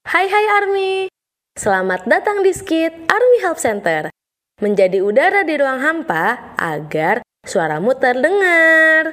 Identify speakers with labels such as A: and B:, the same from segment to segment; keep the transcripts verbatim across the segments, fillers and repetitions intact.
A: Hai hai Army, selamat datang di Skit Army Help Center. Menjadi udara di ruang hampa agar suaramu terdengar.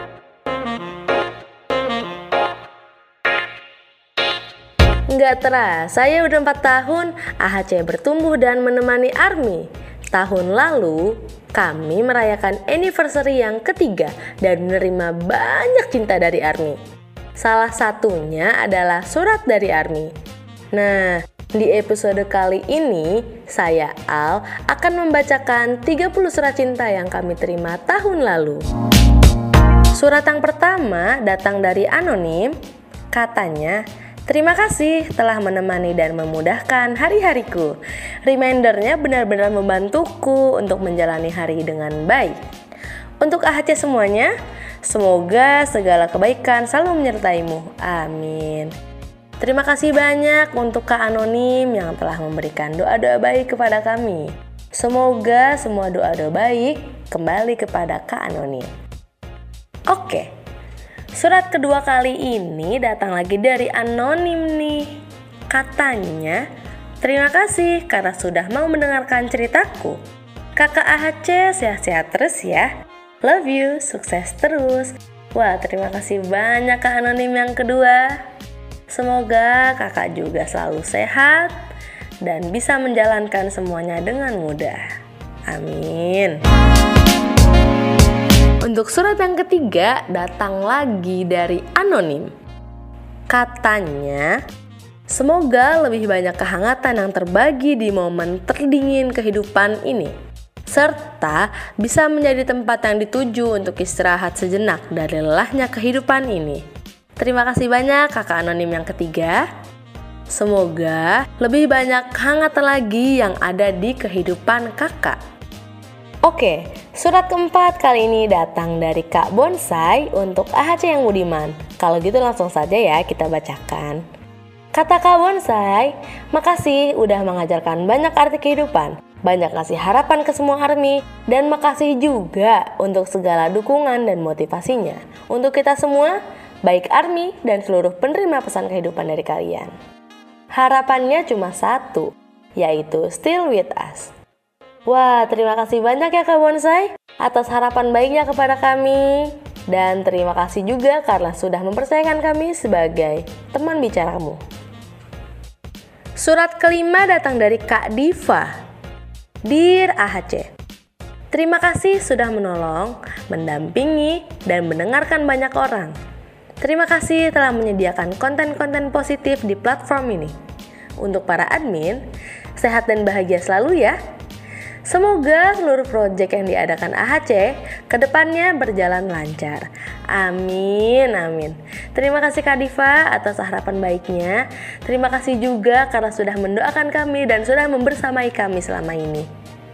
A: Nggak terasa ya udah empat tahun A H C bertumbuh dan menemani Army. Tahun lalu kami merayakan anniversary yang ketiga dan menerima banyak cinta dari Army. Salah satunya adalah surat dari Army. Nah, di episode kali ini, saya Al akan membacakan tiga puluh surat cinta yang kami terima tahun lalu. Surat yang pertama datang dari anonim. Katanya, terima kasih telah menemani dan memudahkan hari-hariku. Remindernya benar-benar membantuku untuk menjalani hari dengan baik. Untuk A H C semuanya, semoga segala kebaikan selalu menyertaimu. Amin. Terima kasih banyak untuk Kak Anonim yang telah memberikan doa-doa baik kepada kami. Semoga semua doa-doa baik kembali kepada Kak Anonim. Oke, surat kedua kali ini datang lagi dari Anonim nih. Katanya, terima kasih karena sudah mau mendengarkan ceritaku. Kakak A H C sehat-sehat terus ya. Love you, sukses terus. Wah, terima kasih banyak Kak Anonim yang kedua. Semoga kakak juga selalu sehat dan bisa menjalankan semuanya dengan mudah. Amin. Untuk surat yang ketiga datang lagi dari anonim. Katanya, semoga lebih banyak kehangatan yang terbagi di momen terdingin kehidupan ini, serta bisa menjadi tempat yang dituju untuk istirahat sejenak dari lelahnya kehidupan ini. Terima kasih banyak kakak anonim yang ketiga. Semoga lebih banyak kehangatan lagi yang ada di kehidupan kakak. Oke, surat keempat kali ini datang dari Kak Bonsai untuk A H C yang budiman. Kalau gitu langsung saja ya kita bacakan. Kata Kak Bonsai, makasih udah mengajarkan banyak arti kehidupan, banyak kasih harapan ke semua Army, dan makasih juga untuk segala dukungan dan motivasinya. Untuk kita semua, baik Army dan seluruh penerima pesan kehidupan dari kalian. Harapannya cuma satu, yaitu still with us. Wah, terima kasih banyak ya Kak Bonsai atas harapan baiknya kepada kami. Dan terima kasih juga karena sudah mempercayakan kami sebagai teman bicaramu. Surat kelima datang dari Kak Diva. Dear A H C, terima kasih sudah menolong, mendampingi, dan mendengarkan banyak orang. Terima kasih telah menyediakan konten-konten positif di platform ini. Untuk para admin, sehat dan bahagia selalu ya. Semoga seluruh proyek yang diadakan A H C kedepannya berjalan lancar. Amin, amin. Terima kasih Kak Diva atas harapan baiknya. Terima kasih juga karena sudah mendoakan kami dan sudah membersamai kami selama ini.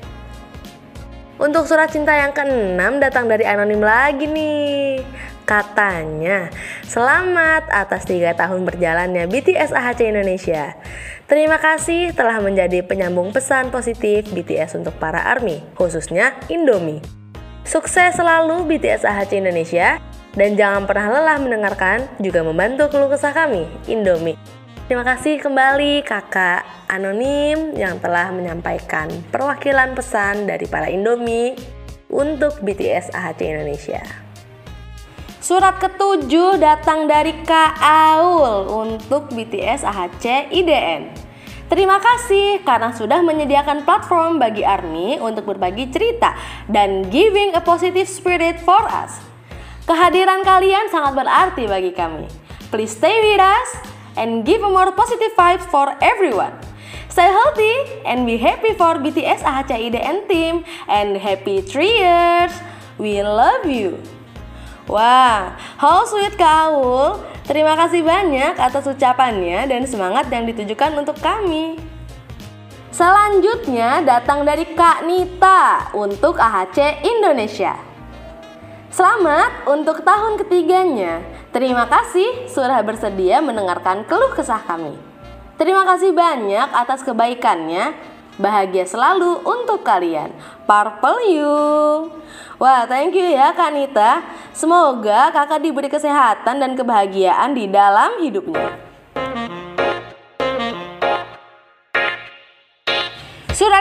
A: Untuk surat cinta yang keenam datang dari anonim lagi nih. Katanya, selamat atas tiga tahun berjalannya B T S A H C Indonesia. Terima kasih telah menjadi penyambung pesan positif B T S untuk para Army, khususnya Indomie. Sukses selalu B T S A H C Indonesia, dan jangan pernah lelah mendengarkan juga membantu keluh kesah kami, Indomie. Terima kasih kembali kakak anonim yang telah menyampaikan perwakilan pesan dari para Indomie untuk B T S A H C Indonesia. Surat ketujuh datang dari Kak Aul untuk B T S A H C I D N. Terima kasih karena sudah menyediakan platform bagi Army untuk berbagi cerita dan giving a positive spirit for us. Kehadiran kalian sangat berarti bagi kami. Please stay with us and give a more positive vibes for everyone. Stay healthy and be happy for B T S A H C I D N team and happy three years. We love you. Wah, how sweet Kak Aul. Terima kasih banyak atas ucapannya dan semangat yang ditujukan untuk kami. Selanjutnya datang dari Kak Nita untuk A H C Indonesia. Selamat untuk tahun ketiganya. Terima kasih sudah bersedia mendengarkan keluh kesah kami. Terima kasih banyak atas kebaikannya. Bahagia selalu untuk kalian. Purple you. Wah, thank you ya Kak Nita. Semoga kakak diberi kesehatan dan kebahagiaan di dalam hidupnya.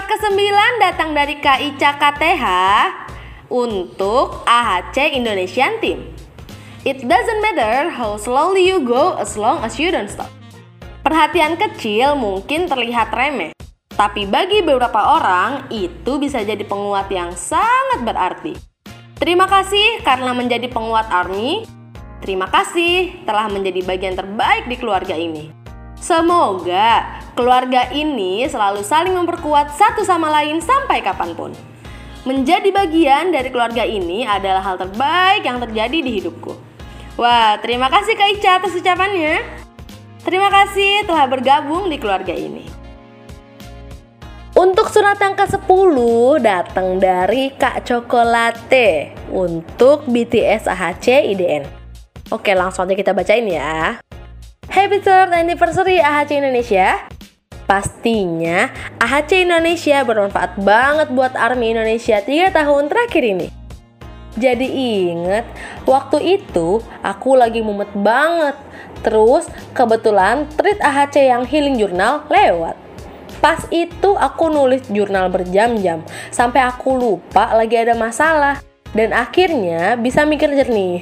A: Surat kesembilan datang dari Kak Ica K T H untuk A H C Indonesian Team. It doesn't matter how slowly you go as long as you don't stop. Perhatian kecil mungkin terlihat remeh, tapi bagi beberapa orang itu bisa jadi penguat yang sangat berarti. Terima kasih karena menjadi penguat ARMY. Terima kasih telah menjadi bagian terbaik di keluarga ini. Semoga keluarga ini selalu saling memperkuat satu sama lain sampai kapanpun. Menjadi bagian dari keluarga ini adalah hal terbaik yang terjadi di hidupku. Wah, terima kasih Kak Ica atas ucapannya. Terima kasih telah bergabung di keluarga ini. Untuk surat yang kesepuluh datang dari Kak Cokolate untuk B T S A H C I D N. Oke, langsung aja kita bacain ya. Happy third anniversary A H C Indonesia. Pastinya A H C Indonesia bermanfaat banget buat ARMY Indonesia tiga tahun terakhir ini. Jadi inget, waktu itu aku lagi mumet banget. Terus kebetulan treat A H C yang Healing Journal lewat. Pas itu aku nulis jurnal berjam-jam sampai aku lupa lagi ada masalah. Dan akhirnya bisa mikir jernih.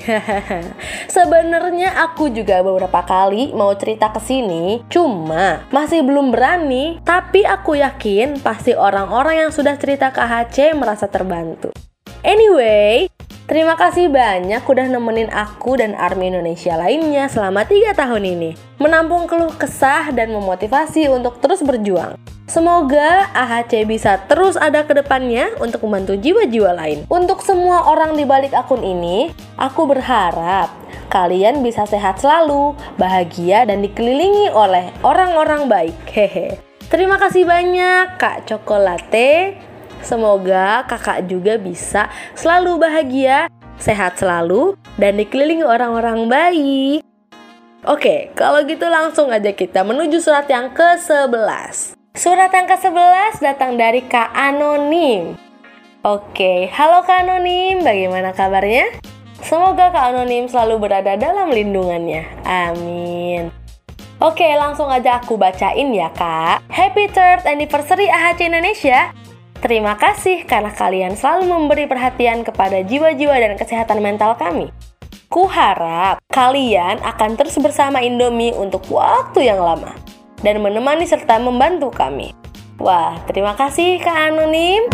A: Sebenarnya aku juga beberapa kali mau cerita ke sini, cuma masih belum berani. Tapi aku yakin pasti orang-orang yang sudah cerita ke A H C merasa terbantu. Anyway, terima kasih banyak udah nemenin aku dan ARMY Indonesia lainnya selama tiga tahun ini. Menampung keluh kesah dan memotivasi untuk terus berjuang. Semoga A H C bisa terus ada ke depannya untuk membantu jiwa-jiwa lain. Untuk semua orang di balik akun ini, aku berharap kalian bisa sehat selalu, bahagia, dan dikelilingi oleh orang-orang baik. Hehe. Terima kasih banyak Kak Cokolate. Semoga kakak juga bisa selalu bahagia, sehat selalu, dan dikelilingi orang-orang baik. Oke, kalau gitu langsung aja kita menuju surat yang ke sebelas. Surat yang ke sebelas datang dari Kak Anonim. Oke, halo Kak Anonim, bagaimana kabarnya? Semoga Kak Anonim selalu berada dalam lindungannya. Amin. Oke, langsung aja aku bacain ya Kak. Happy third anniversary A H C Indonesia. Terima kasih karena kalian selalu memberi perhatian kepada jiwa-jiwa dan kesehatan mental kami. Kuharap kalian akan terus bersama Indomie untuk waktu yang lama dan menemani serta membantu kami. Wah, terima kasih Kak Anonim.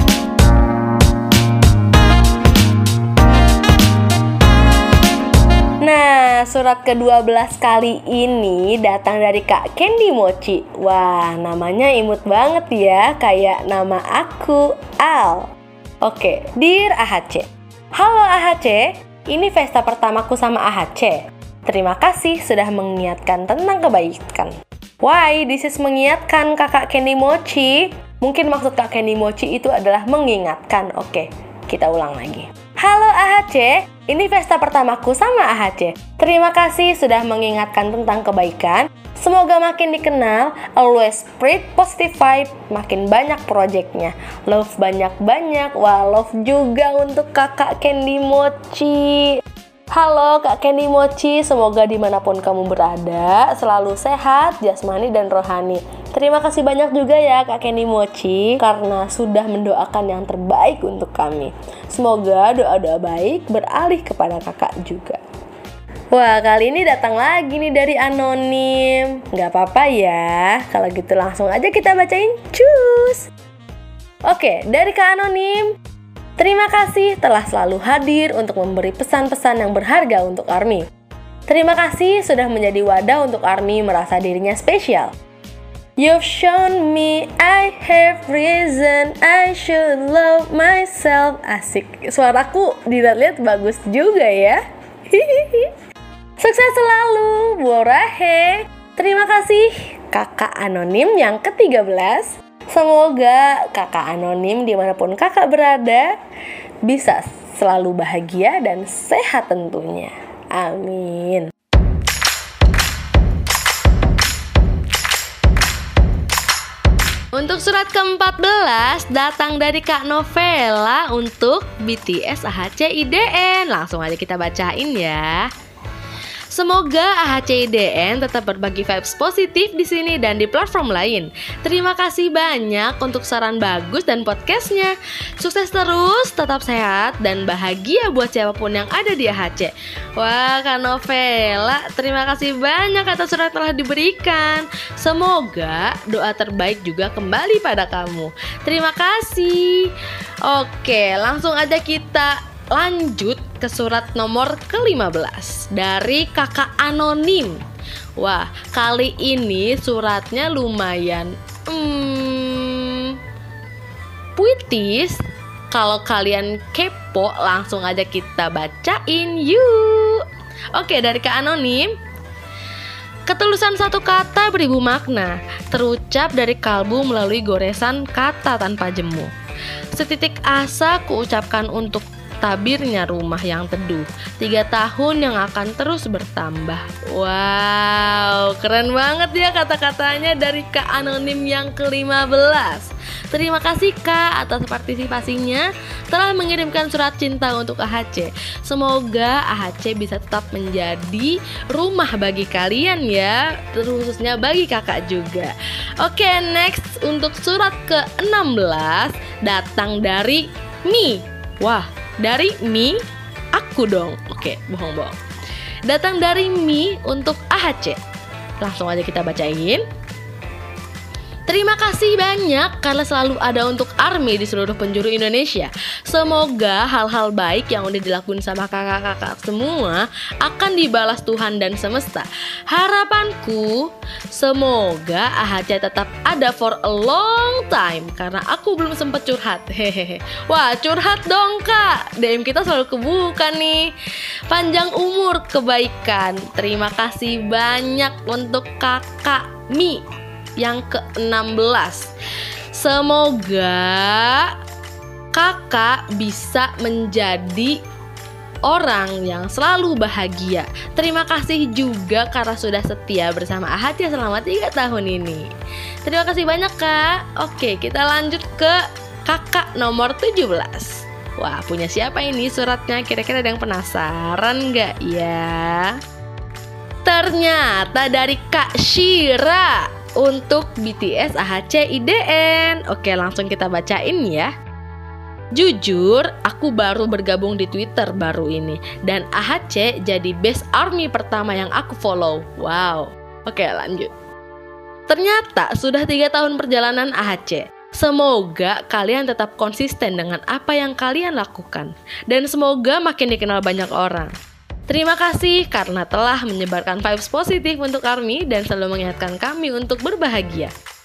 A: Nah, surat kedua belas kali ini datang dari Kak Candy Mochi. Wah, namanya imut banget ya, kayak nama aku, Al. Oke, Dear A H C. Halo A H C, ini pesta pertamaku sama A H C. Terima kasih sudah mengingatkan tentang kebaikan. Why, this is mengingatkan Kakak Candy Mochi. Mungkin maksud Kak Candy Mochi itu adalah mengingatkan. Oke, kita ulang lagi. Halo A H C, ini pesta pertamaku sama A H C. Terima kasih sudah mengingatkan tentang kebaikan. Semoga makin dikenal, always spread positive vibe, makin banyak projectnya. Love banyak-banyak, wah love juga untuk Kakak Candy Mochi. Halo Kak Candy Mochi, semoga dimanapun kamu berada selalu sehat, jasmani dan rohani. Terima kasih banyak juga ya Kak Candy Mochi karena sudah mendoakan yang terbaik untuk kami. Semoga doa-doa baik beralih kepada kakak juga. Wah, kali ini datang lagi nih dari Anonim. Gak apa-apa ya, kalau gitu langsung aja kita bacain. Cus! Oke, dari Kak Anonim. Terima kasih telah selalu hadir untuk memberi pesan-pesan yang berharga untuk ARMY. Terima kasih sudah menjadi wadah untuk ARMY merasa dirinya spesial. You've shown me I have reason I should love myself. Asik, suaraku dilihat-lihat bagus juga ya. Sukses selalu, Borahe. Terima kasih Kakak Anonim yang ke tiga belas. Semoga Kakak Anonim dimanapun kakak berada bisa selalu bahagia dan sehat tentunya. Amin. Untuk surat ke empat belas datang dari Kak Novela untuk B T S A H C I D N. Langsung aja kita bacain ya. Semoga A H C I D N tetap berbagi vibes positif di sini dan di platform lain. Terima kasih banyak untuk saran bagus dan podcastnya. Sukses terus, tetap sehat dan bahagia buat siapapun yang ada di A H C. Wah, Kak Novela, terima kasih banyak atas surat telah diberikan. Semoga doa terbaik juga kembali pada kamu. Terima kasih. Oke, langsung aja kita lanjut ke surat nomor ke lima belas dari kakak anonim. Wah, kali ini suratnya lumayan hmm, puitis. Kalau kalian kepo, langsung aja kita bacain yuk. Oke, dari kak anonim. Ketulusan satu kata beribu makna, terucap dari kalbu melalui goresan kata tanpa jemu. Setitik asa kuucapkan untuk tabirnya rumah yang teduh, tiga tahun yang akan terus bertambah. Wow, keren banget ya kata-katanya dari Kak Anonim yang ke lima belas. Terima kasih Kak atas partisipasinya, telah mengirimkan surat cinta untuk A H C. Semoga A H C bisa tetap menjadi rumah bagi kalian ya, khususnya bagi kakak juga. Oke, next untuk surat ke enam belas datang dari Mi. Wah, dari Mi, aku dong. Oke, bohong-bohong. Datang dari Mi untuk A H C. Langsung aja kita bacain. Terima kasih banyak karena selalu ada untuk ARMY di seluruh penjuru Indonesia. Semoga hal-hal baik yang udah dilakuin sama kakak-kakak semua akan dibalas Tuhan dan semesta. Harapanku, semoga A H C tetap ada for a long time karena aku belum sempet curhat. Hehehe. Wah, curhat dong Kak. D M kita selalu kebuka nih. Panjang umur, kebaikan. Terima kasih banyak untuk kakak Mi yang ke enam belas. Semoga kakak bisa menjadi orang yang selalu bahagia. Terima kasih juga karena sudah setia bersama A H C selama tiga tahun ini. Terima kasih banyak Kak. Oke, kita lanjut ke kakak nomor tujuh belas. Wah, punya siapa ini suratnya? Kira-kira ada yang penasaran gak ya? Ternyata dari Kak Shira untuk B T S A H C I D N. Oke, langsung kita bacain ya. Jujur, aku baru bergabung di Twitter baru ini, dan A H C jadi best ARMY pertama yang aku follow. Wow. Oke, lanjut. Ternyata sudah tiga tahun perjalanan A H C. Semoga kalian tetap konsisten dengan apa yang kalian lakukan, dan semoga makin dikenal banyak orang. Terima kasih karena telah menyebarkan vibes positif untuk ARMY dan selalu mengingatkan kami untuk berbahagia.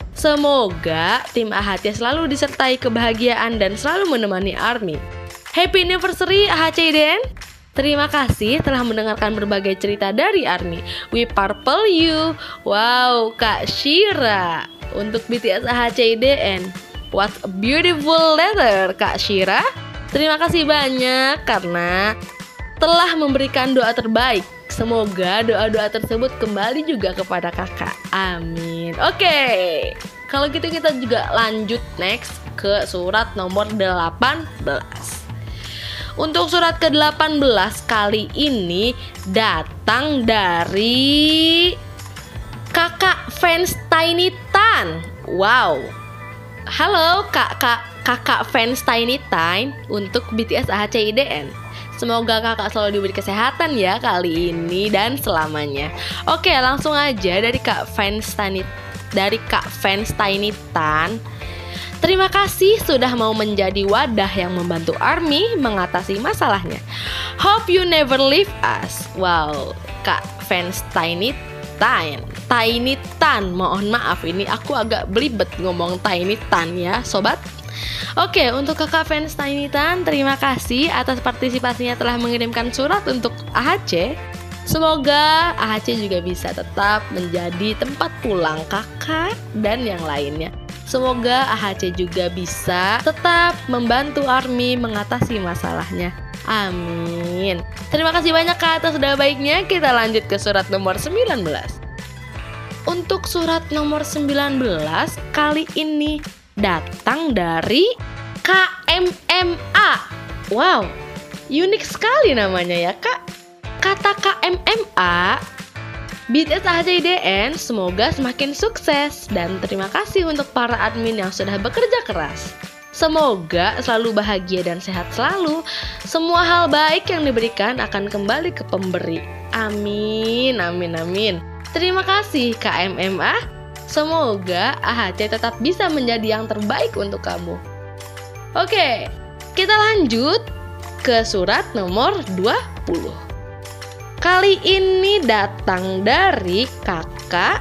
A: Semoga tim A H C selalu disertai kebahagiaan dan selalu menemani ARMY. Happy anniversary A H C I D N. Terima kasih telah mendengarkan berbagai cerita dari ARMY. We purple you. Wow, Kak Shira untuk B T S A H C I D N. What a beautiful letter, Kak Shira. Terima kasih banyak karena telah memberikan doa terbaik. Semoga doa-doa tersebut kembali juga kepada kakak. Amin. Oke, kalau gitu kita juga lanjut next ke surat nomor delapan belas. Untuk surat ke delapan belas kali ini datang dari kakak fans Tiny Tan. Wow. Halo kakak kakak fans Tiny Tan untuk B T S A H C I D N. Semoga kakak selalu diberi kesehatan ya kali ini dan selamanya. Oke, langsung aja dari Kak Fans Tiny dari Kak Fans Tiny Tan. Terima kasih sudah mau menjadi wadah yang membantu ARMY mengatasi masalahnya. Hope you never leave us. Wow, Kak Fans Tiny Tan. Tiny Tan, mohon maaf ini aku agak belibet ngomong Tiny Tan ya, sobat. Oke, untuk kakak fans Tiny Tan, terima kasih atas partisipasinya telah mengirimkan surat untuk A H C. Semoga A H C juga bisa tetap menjadi tempat pulang kakak dan yang lainnya. Semoga A H C juga bisa tetap membantu ARMY mengatasi masalahnya. Amin. Terima kasih banyak Kak atas sudah baiknya. Kita lanjut ke surat nomor sembilan belas. Untuk surat nomor sembilan belas kali ini datang dari K M M A. Wow, unik sekali namanya ya Kak. K Kata K M M A, B T S A H C I D N semoga semakin sukses dan terima kasih untuk para admin yang sudah bekerja keras. Semoga selalu bahagia dan sehat selalu. Semua hal baik yang diberikan akan kembali ke pemberi. Amin, amin, amin. Terima kasih K M M A. Semoga A H C tetap bisa menjadi yang terbaik untuk kamu. Oke, kita lanjut ke surat nomor dua puluh. Kali ini datang dari kakak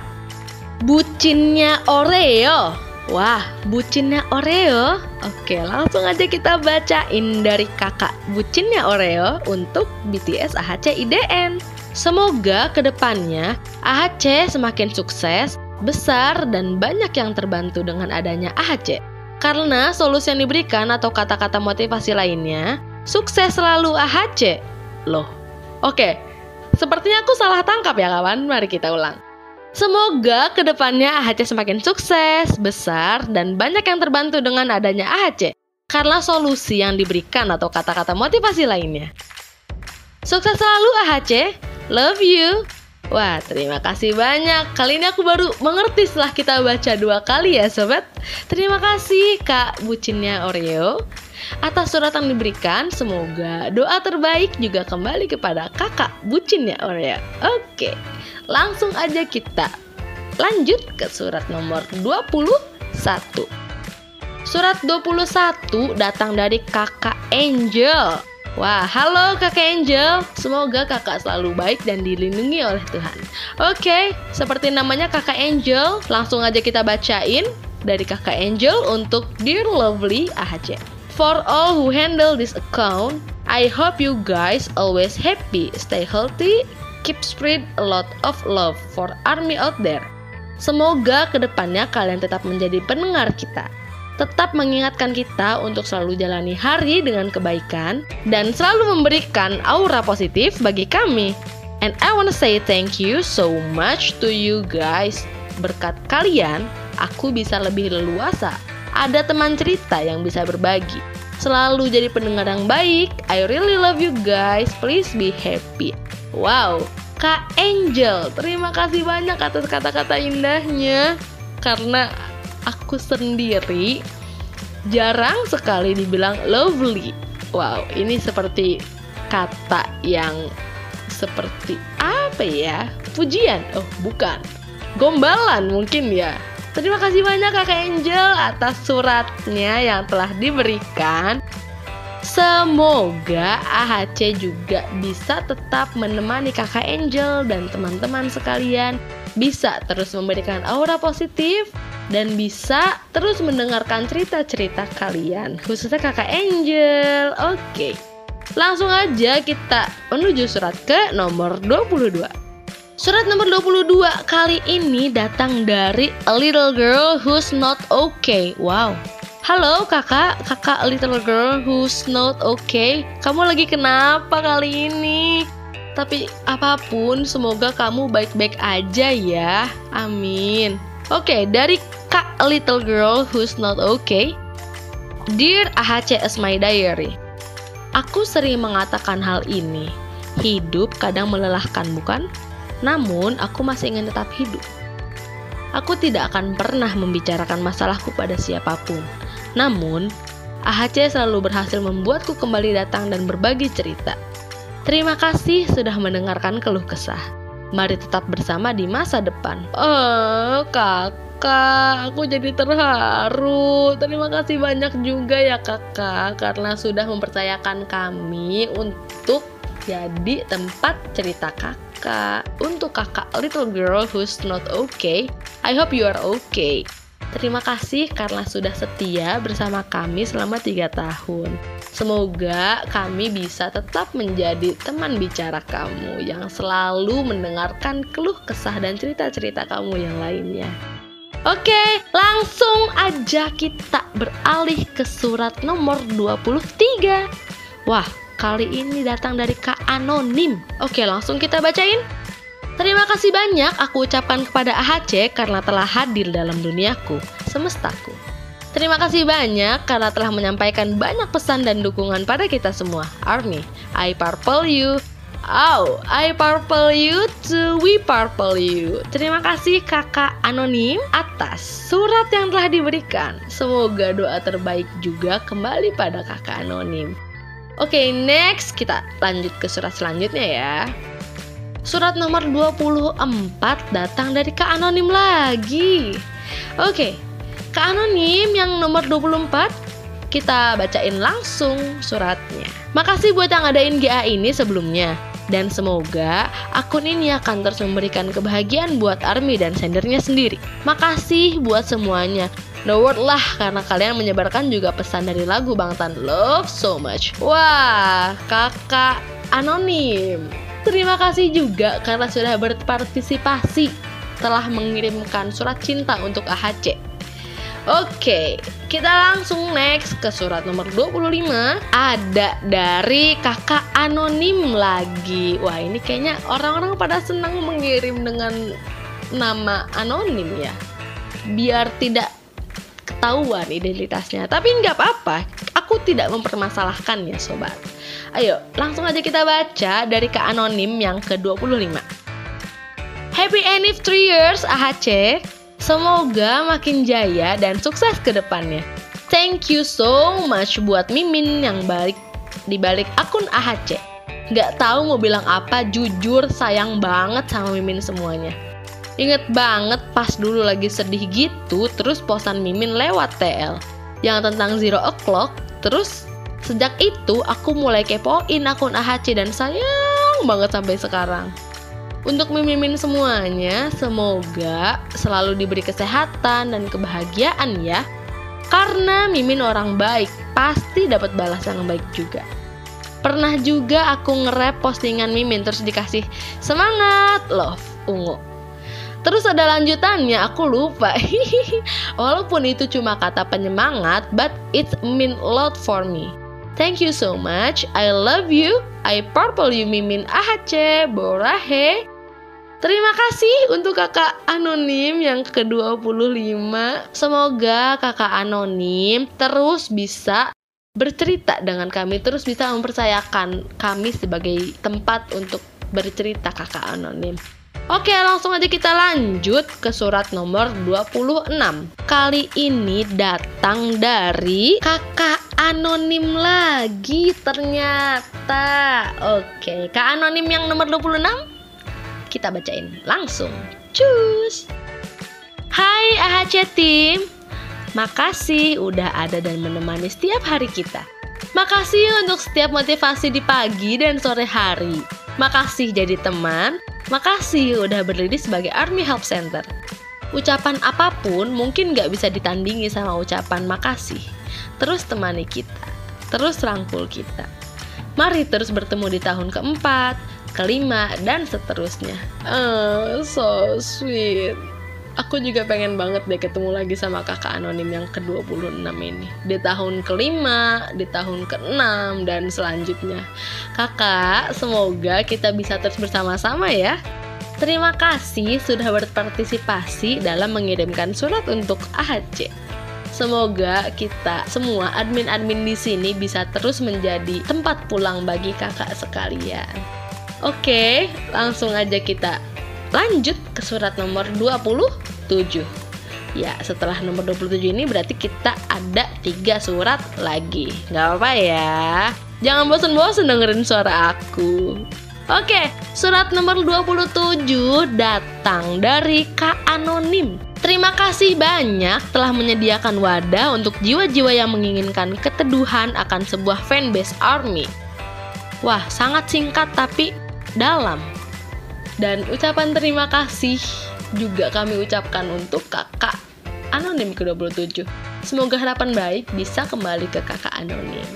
A: bucinnya Oreo. Wah, bucinnya Oreo. Oke, langsung aja kita bacain dari kakak bucinnya Oreo untuk B T S A H C I D N. Semoga kedepannya A H C semakin sukses, besar, dan banyak yang terbantu dengan adanya A H C. Karena solusi yang diberikan atau kata-kata motivasi lainnya, sukses selalu A H C. Loh, oke. Sepertinya aku salah tangkap ya kawan, mari kita ulang. Semoga kedepannya A H C semakin sukses, besar, dan banyak yang terbantu dengan adanya A H C. Karena solusi yang diberikan atau kata-kata motivasi lainnya. Sukses selalu A H C, love you. Wah, terima kasih banyak. Kali ini aku baru mengerti setelah kita baca dua kali ya sobat. Terima kasih Kak bucinnya Oreo atas surat yang diberikan. Semoga doa terbaik juga kembali kepada kakak bucinnya Oreo. Oke, langsung aja kita lanjut ke surat nomor dua puluh satu. Surat dua puluh satu datang dari kakak Angel. Wah, halo kakak Angel. Semoga kakak selalu baik dan dilindungi oleh Tuhan. Oke, seperti namanya kakak Angel, langsung aja kita bacain dari kakak Angel untuk Dear Lovely A H C. For all who handle this account, I hope you guys always happy, stay healthy, keep spread a lot of love for army out there. Semoga kedepannya kalian tetap menjadi pendengar kita, tetap mengingatkan kita untuk selalu jalani hari dengan kebaikan dan selalu memberikan aura positif bagi kami. And I wanna say thank you so much to you guys. Berkat kalian, aku bisa lebih leluasa. Ada teman cerita yang bisa berbagi. Selalu jadi pendengar yang baik. I really love you guys. Please be happy. Wow, Kak Angel, terima kasih banyak atas kata-kata indahnya. Karena aku sendiri jarang sekali dibilang lovely. Wow, ini seperti kata yang seperti apa ya? Pujian? Oh, bukan. Gombalan mungkin ya. Terima kasih banyak Kakak Angel atas suratnya yang telah diberikan. Semoga A H C juga bisa tetap menemani Kakak Angel dan teman-teman sekalian, bisa terus memberikan aura positif dan bisa terus mendengarkan cerita-cerita kalian, khususnya Kakak Angel. Oke, langsung aja kita menuju surat ke nomor dua puluh dua. Surat nomor dua puluh dua kali ini datang dari A Little Girl Who's Not Okay. Wow. Halo kakak, kakak A Little Girl Who's Not Okay. Kamu lagi kenapa kali ini? Tapi apapun, semoga kamu baik-baik aja ya. Amin. Oke, dari Kak A Little Girl Who's Not Okay. Dear A H C as my diary. Aku sering mengatakan hal ini. Hidup kadang melelahkan, bukan? Namun, aku masih ingin tetap hidup. Aku tidak akan pernah membicarakan masalahku pada siapapun. Namun, A H C selalu berhasil membuatku kembali datang dan berbagi cerita. Terima kasih sudah mendengarkan keluh kesah. Mari tetap bersama di masa depan. Oh, kakak, aku jadi terharu. Terima kasih banyak juga ya kakak, karena sudah mempercayakan kami untuk jadi tempat cerita kakak. Untuk kakak Little Girl Who's Not Okay, I hope you are okay. Terima kasih karena sudah setia bersama kami selama tiga tahun. Semoga kami bisa tetap menjadi teman bicara kamu yang selalu mendengarkan keluh kesah dan cerita-cerita kamu yang lainnya. Oke, langsung aja kita beralih ke surat nomor dua puluh tiga. Wah, kali ini datang dari Kak Anonim. Oke, langsung kita bacain. Terima kasih banyak aku ucapkan kepada A H C karena telah hadir dalam duniaku, semestaku. Terima kasih banyak karena telah menyampaikan banyak pesan dan dukungan pada kita semua. Army, I purple you. Oh, I purple you to we purple you. Terima kasih kakak anonim atas surat yang telah diberikan. Semoga doa terbaik juga kembali pada kakak anonim. Oke, okay, next kita lanjut ke surat selanjutnya ya. Surat nomor dua puluh empat datang dari Kak Anonim lagi. Oke, okay, Kak Anonim yang nomor dua puluh empat, kita bacain langsung suratnya. Makasih buat yang ngadain G A ini sebelumnya. Dan semoga akun ini akan terus memberikan kebahagiaan buat ARMY dan sendernya sendiri. Makasih buat semuanya. No word lah, karena kalian menyebarkan juga pesan dari lagu Bangtan Love So Much. Wah, kakak anonim, terima kasih juga karena sudah berpartisipasi, telah mengirimkan surat cinta untuk A H C. Oke, kita langsung next ke surat nomor dua puluh lima. Ada dari kakak anonim lagi. Wah, ini kayaknya orang-orang pada senang mengirim dengan nama anonim ya, biar tidak ketahuan identitasnya. Tapi nggak apa-apa, aku tidak mempermasalahkan ya sobat. Ayo, langsung aja kita baca dari Kak Anonim yang ke dua puluh lima. Happy Enif three years A H C. Semoga makin jaya dan sukses ke depannya. Thank you so much buat Mimin yang balik di balik akun A H C. Gak tahu mau bilang apa, jujur sayang banget sama Mimin semuanya. Ingat banget pas dulu lagi sedih gitu, terus posan Mimin lewat T L yang tentang zero o'clock. Terus sejak itu aku mulai kepoin akun A H C dan sayang banget sampai sekarang. Untuk Mimin semuanya, semoga selalu diberi kesehatan dan kebahagiaan ya. Karena Mimin orang baik, pasti dapat balas yang baik juga. Pernah juga aku nge-rap postingan Mimin terus dikasih semangat, love, ungu. Terus ada lanjutannya, aku lupa. Walaupun itu cuma kata penyemangat, but it mean a lot for me. Thank you so much, I love you, I purple you Mimin A H C, Borahe. Terima kasih untuk kakak anonim yang ke dua puluh lima. Semoga kakak anonim terus bisa bercerita dengan kami, terus bisa mempercayakan kami sebagai tempat untuk bercerita kakak anonim. Oke, langsung aja kita lanjut ke surat nomor dua puluh enam. Kali ini datang dari kakak anonim lagi ternyata. Oke, kak anonim yang nomor dua puluh enam kita bacain langsung. Cus. Hai A H C Team, makasih udah ada dan menemani setiap hari kita. Makasih untuk setiap motivasi di pagi dan sore hari. Makasih jadi teman. Makasih udah berdiri sebagai ARMY Help Center. Ucapan apapun mungkin gak bisa ditandingi sama ucapan makasih. Terus temani kita, terus rangkul kita. Mari terus bertemu di tahun keempat, kelima, dan seterusnya. Oh, so sweet. Aku juga pengen banget deh ketemu lagi sama kakak anonim yang ke dua puluh enam ini. Di tahun kelima, di tahun keenam, dan selanjutnya. Kakak, semoga kita bisa terus bersama-sama ya. Terima kasih sudah berpartisipasi dalam mengirimkan surat untuk A H C. Semoga kita semua admin-admin di sini bisa terus menjadi tempat pulang bagi kakak sekalian. Oke, langsung aja kita lanjut ke surat nomor dua puluh tujuh. Ya, setelah nomor dua puluh tujuh ini berarti kita ada tiga surat lagi. Gak apa-apa ya. Jangan bosan-bosan dengerin suara aku. Oke, surat nomor dua puluh tujuh datang dari Kak Anonim. Terima kasih banyak telah menyediakan wadah untuk jiwa-jiwa yang menginginkan keteduhan akan sebuah fanbase ARMY. Wah, sangat singkat tapi dalam. Dan ucapan terima kasih juga kami ucapkan untuk kakak anonim ke dua puluh tujuh. Semoga harapan baik bisa kembali ke kakak anonim.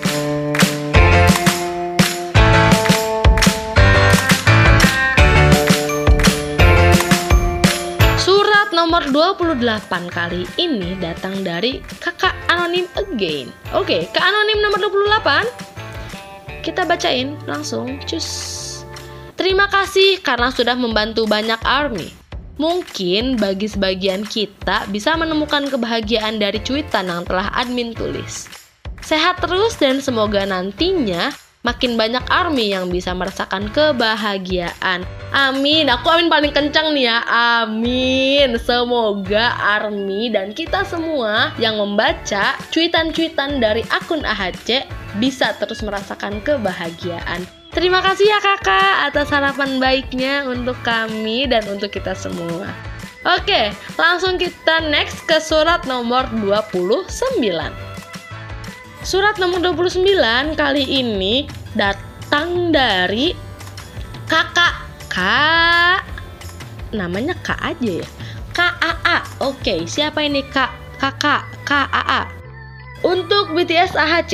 A: Surat nomor dua puluh delapan kali ini datang dari kakak anonim again. Oke, kak anonim nomor dua puluh delapan kita bacain langsung. Cus. Terima kasih karena sudah membantu banyak ARMY. Mungkin bagi sebagian kita bisa menemukan kebahagiaan dari cuitan yang telah admin tulis. Sehat terus dan semoga nantinya makin banyak ARMY yang bisa merasakan kebahagiaan. Amin. Aku amin paling kencang nih ya. Amin. Semoga ARMY dan kita semua yang membaca cuitan-cuitan dari akun A H C bisa terus merasakan kebahagiaan. Terima kasih ya kakak atas harapan baiknya untuk kami dan untuk kita semua. Oke, langsung kita next ke surat nomor dua puluh sembilan. Surat nomor dua puluh sembilan kali ini datang dari kakak Kak. Namanya Kak aja ya. K A A. Oke, siapa ini Kak? Kakak K A A. Untuk B T S A H C.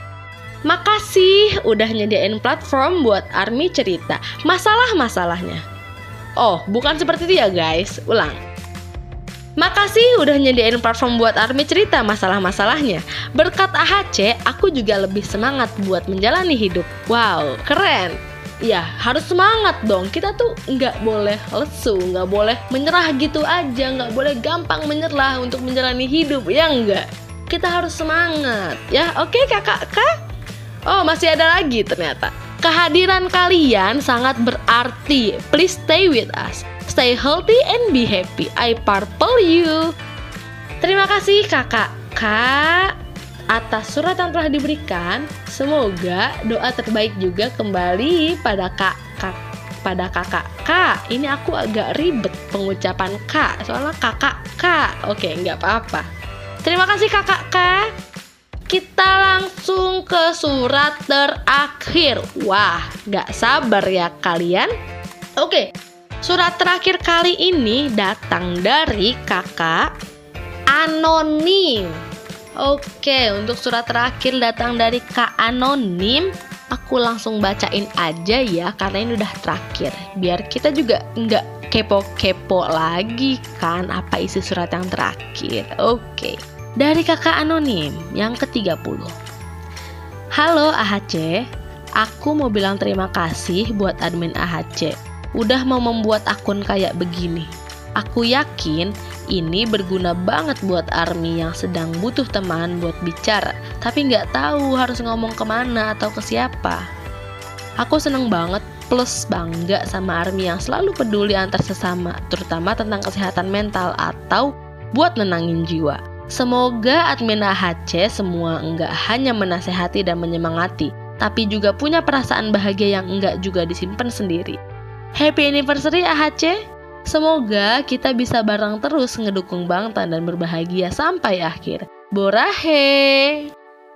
A: Makasih udah nyediain platform buat ARMY cerita masalah-masalahnya. Oh, bukan seperti itu ya guys. Ulang. Makasih udah nyediain platform buat ARMY cerita masalah-masalahnya. Berkat A H C, aku juga lebih semangat buat menjalani hidup. Wow, keren. Ya, harus semangat dong. Kita tuh nggak boleh lesu, nggak boleh menyerah gitu aja, nggak boleh gampang menyerah untuk menjalani hidup, ya nggak? Kita harus semangat, ya. Oke, kakak, kak. Oh, masih ada lagi ternyata. Kehadiran kalian sangat berarti. Please stay with us. Stay healthy and be happy. I purple you. Terima kasih kakak Kak atas surat yang telah diberikan. Semoga doa terbaik juga kembali pada kak, kak pada kakak Kak. Ini aku agak ribet pengucapan Kak soalnya kakak Kak. Oke, nggak apa-apa. Terima kasih kakak Kak. Kita langsung ke surat terakhir. Wah, nggak sabar ya kalian. Oke. Surat terakhir kali ini datang dari kakak Anonim. Oke, untuk surat terakhir datang dari Kak Anonim, aku langsung bacain aja ya, karena ini udah terakhir. Biar kita juga nggak kepo-kepo lagi kan apa isi surat yang terakhir. Oke, dari kakak Anonim yang ke tiga puluh. Halo A H C, aku mau bilang terima kasih buat admin A H C udah mau membuat akun kayak begini. Aku yakin ini berguna banget buat ARMY yang sedang butuh teman buat bicara, tapi nggak tahu harus ngomong kemana atau ke siapa. Aku seneng banget plus bangga sama ARMY yang selalu peduli antar sesama, terutama tentang kesehatan mental atau buat nenangin jiwa. Semoga admin A H C semua nggak hanya menasehati dan menyemangati, tapi juga punya perasaan bahagia yang nggak juga disimpan sendiri. Happy anniversary A H C. Semoga kita bisa bareng terus ngedukung Bangtan dan berbahagia sampai akhir. Borahe.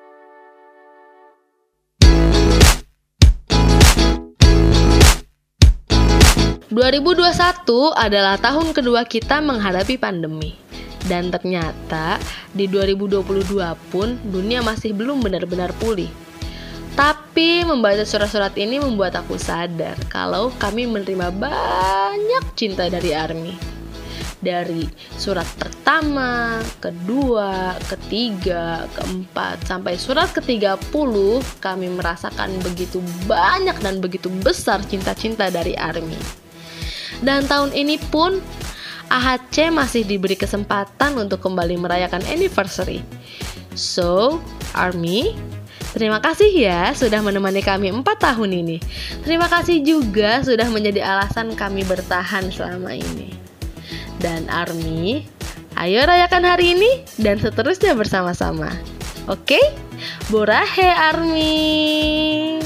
A: dua ribu dua puluh satu adalah tahun kedua kita menghadapi pandemi. Dan ternyata di dua ribu dua puluh dua pun dunia masih belum benar-benar pulih. Tapi membaca surat-surat ini membuat aku sadar kalau kami menerima banyak cinta dari ARMY. Dari surat pertama, kedua, ketiga, keempat, sampai surat ke tiga puluh, kami merasakan begitu banyak dan begitu besar cinta-cinta dari ARMY. Dan tahun ini pun A H C masih diberi kesempatan untuk kembali merayakan anniversary. So, ARMY, terima kasih ya sudah menemani kami empat tahun ini. Terima kasih juga sudah menjadi alasan kami bertahan selama ini. Dan ARMY, ayo rayakan hari ini dan seterusnya bersama-sama. Oke? Borahe ARMY.